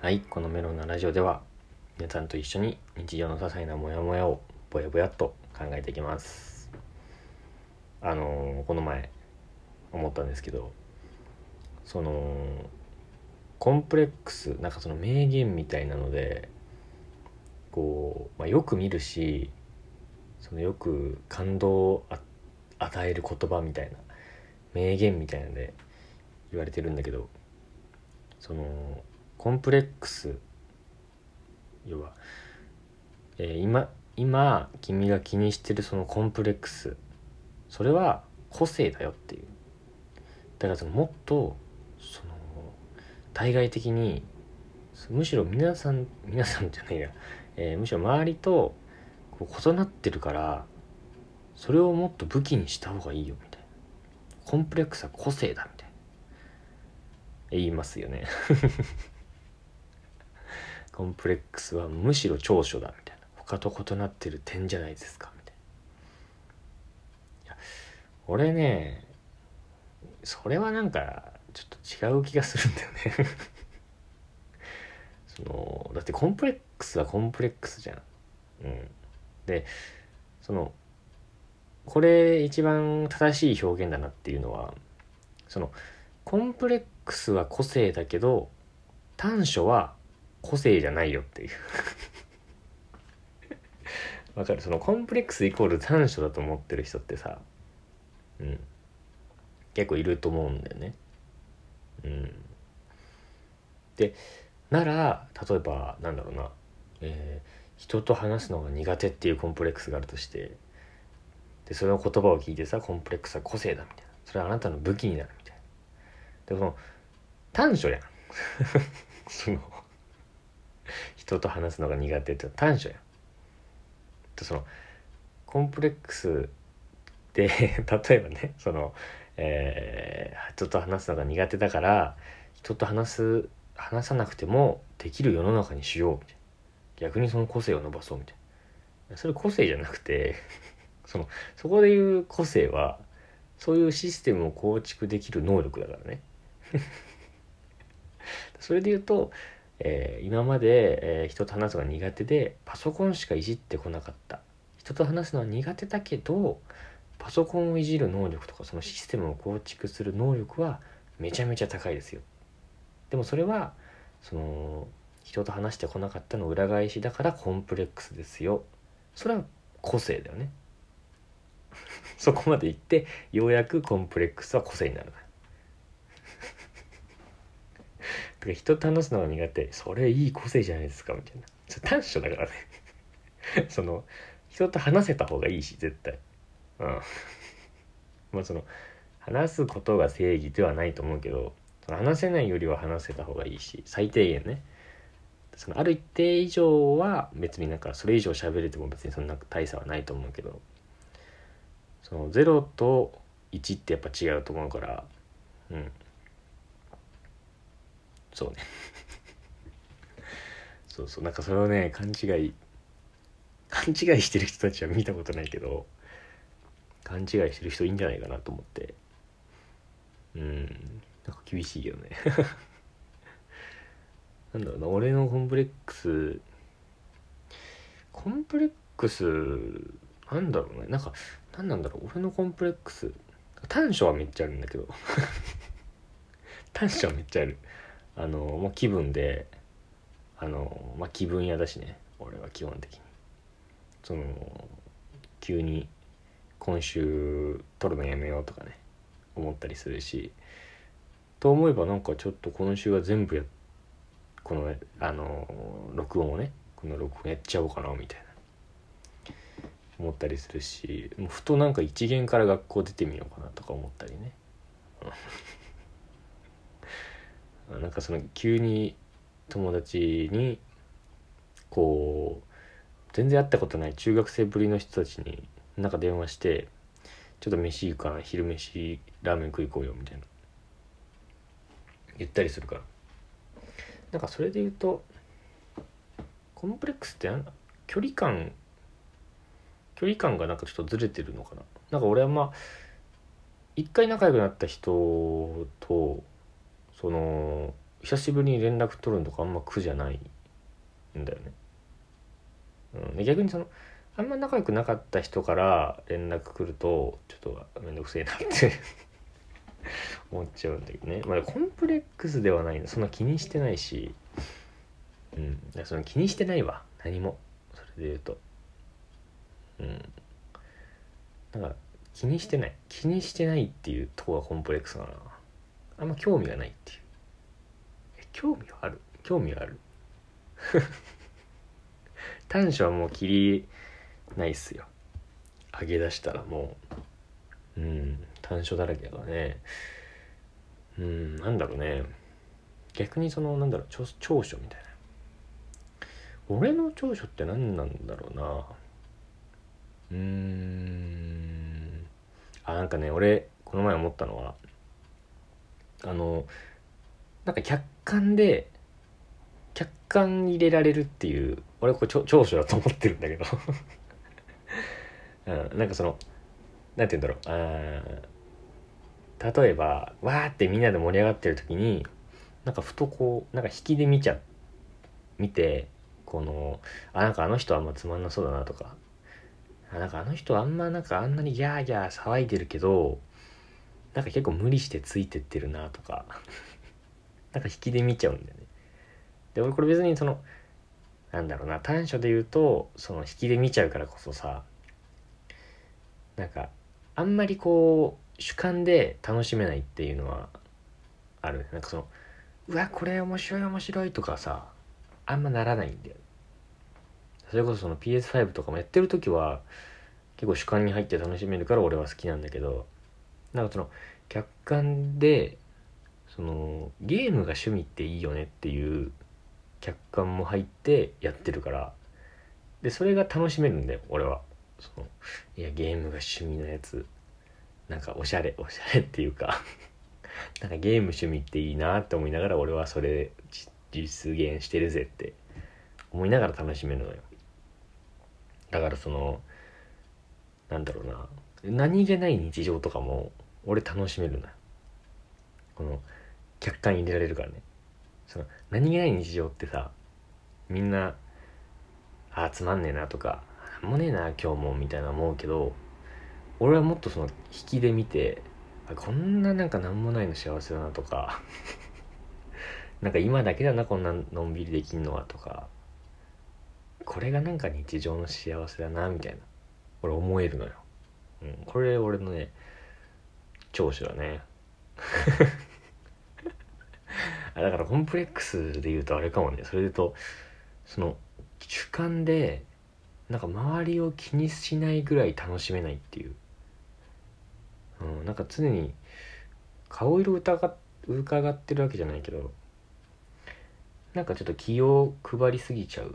はい、このメロンなラジオでは皆さんと一緒に日常の些細なモヤモヤをぼやぼやっと考えていきます。この前思ったんですけど、そのコンプレックス、なんかその名言みたいなのでよく見るし、そのよく感動を与える言葉みたいな、名言みたいなので言われてるんだけど、そのコンプレックス、要は、今君が気にしてるそのコンプレックス、それは個性だよっていう。だからもっと対外的に、むしろ皆さんじゃないや、むしろ周りと異なってるから、それをもっと武器にした方がいいよみたいな。コンプレックスは個性だみたいな言いますよね。コンプレックスはむしろ長所だみたいな、他と異なってる点じゃないですかみたいな。いや、俺ね、それはなんかちょっと違う気がするんだよね。だってコンプレックスはコンプレックスじゃん。で、これ一番正しい表現だなっていうのは、コンプレックスは個性だけど短所は個性じゃないよっていう。わかる？コンプレックスイコール短所だと思ってる人ってさ、結構いると思うんだよね。で、なら例えばなんだろうな、人と話すのが苦手っていうコンプレックスがあるとして、でその言葉を聞いてさ、コンプレックスは個性だみたいな、それはあなたの武器になるみたいな。で短所やん。人と話すのが苦手って短所やん。でコンプレックスで例えばね、人と話すのが苦手だから人と話さなくてもできる世の中にしようみたいな、逆にその個性を伸ばそうみたいな。それ個性じゃなくて、そこでいう個性はそういうシステムを構築できる能力だからね。それで言うと、今まで、人と話すのが苦手でパソコンしかいじってこなかった、人と話すのは苦手だけどパソコンをいじる能力とかそのシステムを構築する能力はめちゃめちゃ高いですよ。でもそれは人と話してこなかったの裏返しだからコンプレックスですよ。それは個性だよね。そこまで言ってようやくコンプレックスは個性になる。だから人と話すのが苦手、それいい個性じゃないですかみたいな。それ短所だからね。人と話せた方がいいし絶対。まあ話すことが正義ではないと思うけど、話せないよりは話せた方がいいし、最低限ね、ある一定以上は別になんかそれ以上喋れても別にそんな大差はないと思うけど、0と1ってやっぱ違うと思うから、そうね。そうなんかそれをね、勘違いしてる人たちは見たことないけど、勘違いしてる人いいんじゃないかなと思って。なんか厳しいけどね。なんだろうな、俺のコンプレックスなんだろうね、なんか何なんだろう、俺のコンプレックス、短所はめっちゃあるんだけど。短所はめっちゃある。もう気分で、気分屋だしね、俺は基本的に。急に今週撮るのやめようとかね思ったりするし、と思えばなんかちょっと今週は全部この録音をね、この録音やっちゃおうかなみたいな思ったりするし、もうふとなんか一限から学校出てみようかなとか思ったりね。なんか急に友達に全然会ったことない中学生ぶりの人たちになんか電話して、ちょっと飯行くかな、昼飯ラーメン食い行こうよみたいな言ったりするから、なんかそれで言うとコンプレックスって距離感がなんかちょっとずれてるのかな。なんか俺は一回仲良くなった人と久しぶりに連絡取るのとかあんま苦じゃないんだよね。で逆にあんま仲良くなかった人から連絡来るとちょっとめんどくせえなって思っちゃうんだけどね。まあコンプレックスではないの、そんな気にしてないし、その気にしてないわ、何も。それで言うとなんか気にしてないっていうところがコンプレックスかな。あんま興味がないっていう。興味はある短所はもう切りないっすよ。上げ出したらもう短所だらけだからね。なんだろうね、逆になんだろう、長所みたいな。俺の長所って何なんだろうな。なんかね、俺この前思ったのはなんか客観入れられるっていう、俺これ長所だと思ってるんだけどなんかなんて言うんだろう、例えばわーってみんなで盛り上がってる時になんかふとなんか引きで見てなんかあの人はあんまつまんなそうだなとか、なんかあの人はなんかあんなにギャーギャー騒いでるけどなんか結構無理してついてってるなとかなんか引きで見ちゃうんだよね。で俺これ別になんだろうな、短所で言うと引きで見ちゃうからこそさ、なんかあんまり主観で楽しめないっていうのはある。なんかうわこれ面白いとかさ、あんまならないんだよ。それこそPS5 とかもやってる時は結構主観に入って楽しめるから俺は好きなんだけど、なんか客観でゲームが趣味っていいよねっていう客観も入ってやってるから、でそれが楽しめるんだよ俺は。いやゲームが趣味のやつなんかおしゃれっていうかなんかゲーム趣味っていいなって思いながら俺はそれ実現してるぜって思いながら楽しめるのよ。だからなんだろうな、何気ない日常とかも俺楽しめるのよ。客観入れられるからね。何気ない日常ってさ、みんなつまんねえなとかなんもねえな今日もみたいな思うけど、俺はもっと引きで見てこんななんかなんもないの幸せだなとかなんか今だけだなこんなのんびりできんのはとか、これがなんか日常の幸せだなみたいな俺思えるのよ。これ俺のね長所だねだからコンプレックスで言うとあれかもね。それで言うと主観でなんか周りを気にしないぐらい楽しめないっていう、なんか常に顔色伺ってるわけじゃないけど、なんかちょっと気を配りすぎちゃう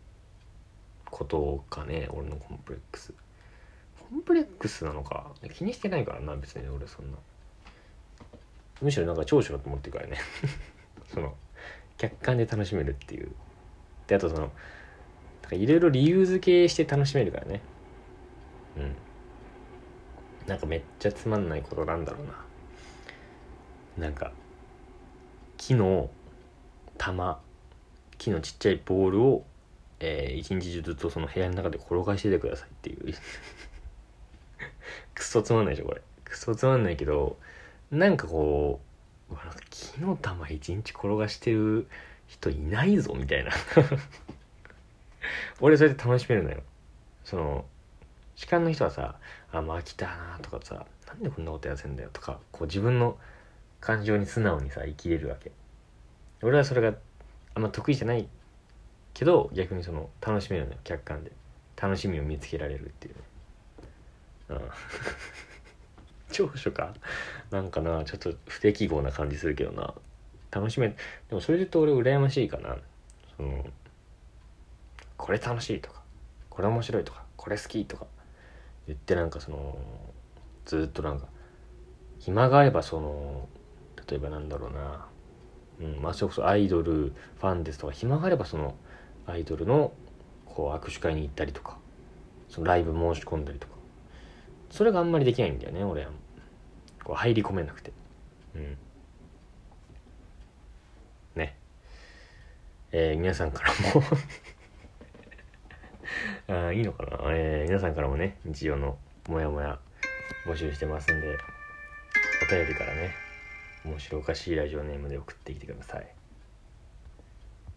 ことかね、俺のコンプレックスなのか。気にしてないからな別に俺そんな、むしろなんか長所だと思ってるからね客観で楽しめるっていう。であといろいろ理由付けして楽しめるからね。なんかめっちゃつまんないことなんだろうな、なんか木のちっちゃいボールを、一日中ずっとその部屋の中で転がしててくださいっていうくっそつまんないでしょこれ。くっそつまんないけど、なんか木の玉一日転がしてる人いないぞみたいな俺それで楽しめるのよ。主観の人はさ、もう飽きたなとかさ、なんでこんなことやらせんだよとか、自分の感情に素直にさ生きれるわけ。俺はそれがあんま得意じゃないけど、逆に楽しめるのよ。客観で楽しみを見つけられるっていうね。長所かなんかな、ちょっと不適合な感じするけどな。楽しめ、でもそれで言うと俺羨ましいかな。これ楽しいとかこれ面白いとかこれ好きとか言ってなんかずっとなんか暇があれば例えばなんだろうな、それこそアイドルファンですとか、暇があればアイドルの握手会に行ったりとか、ライブ申し込んだりとか、それがあんまりできないんだよね俺は。入り込めなくて、 皆さんからもいいのかな、皆さんからもね日常のモヤモヤ募集してますんで、お便りからね面白おかしいラジオネームで送ってきてください。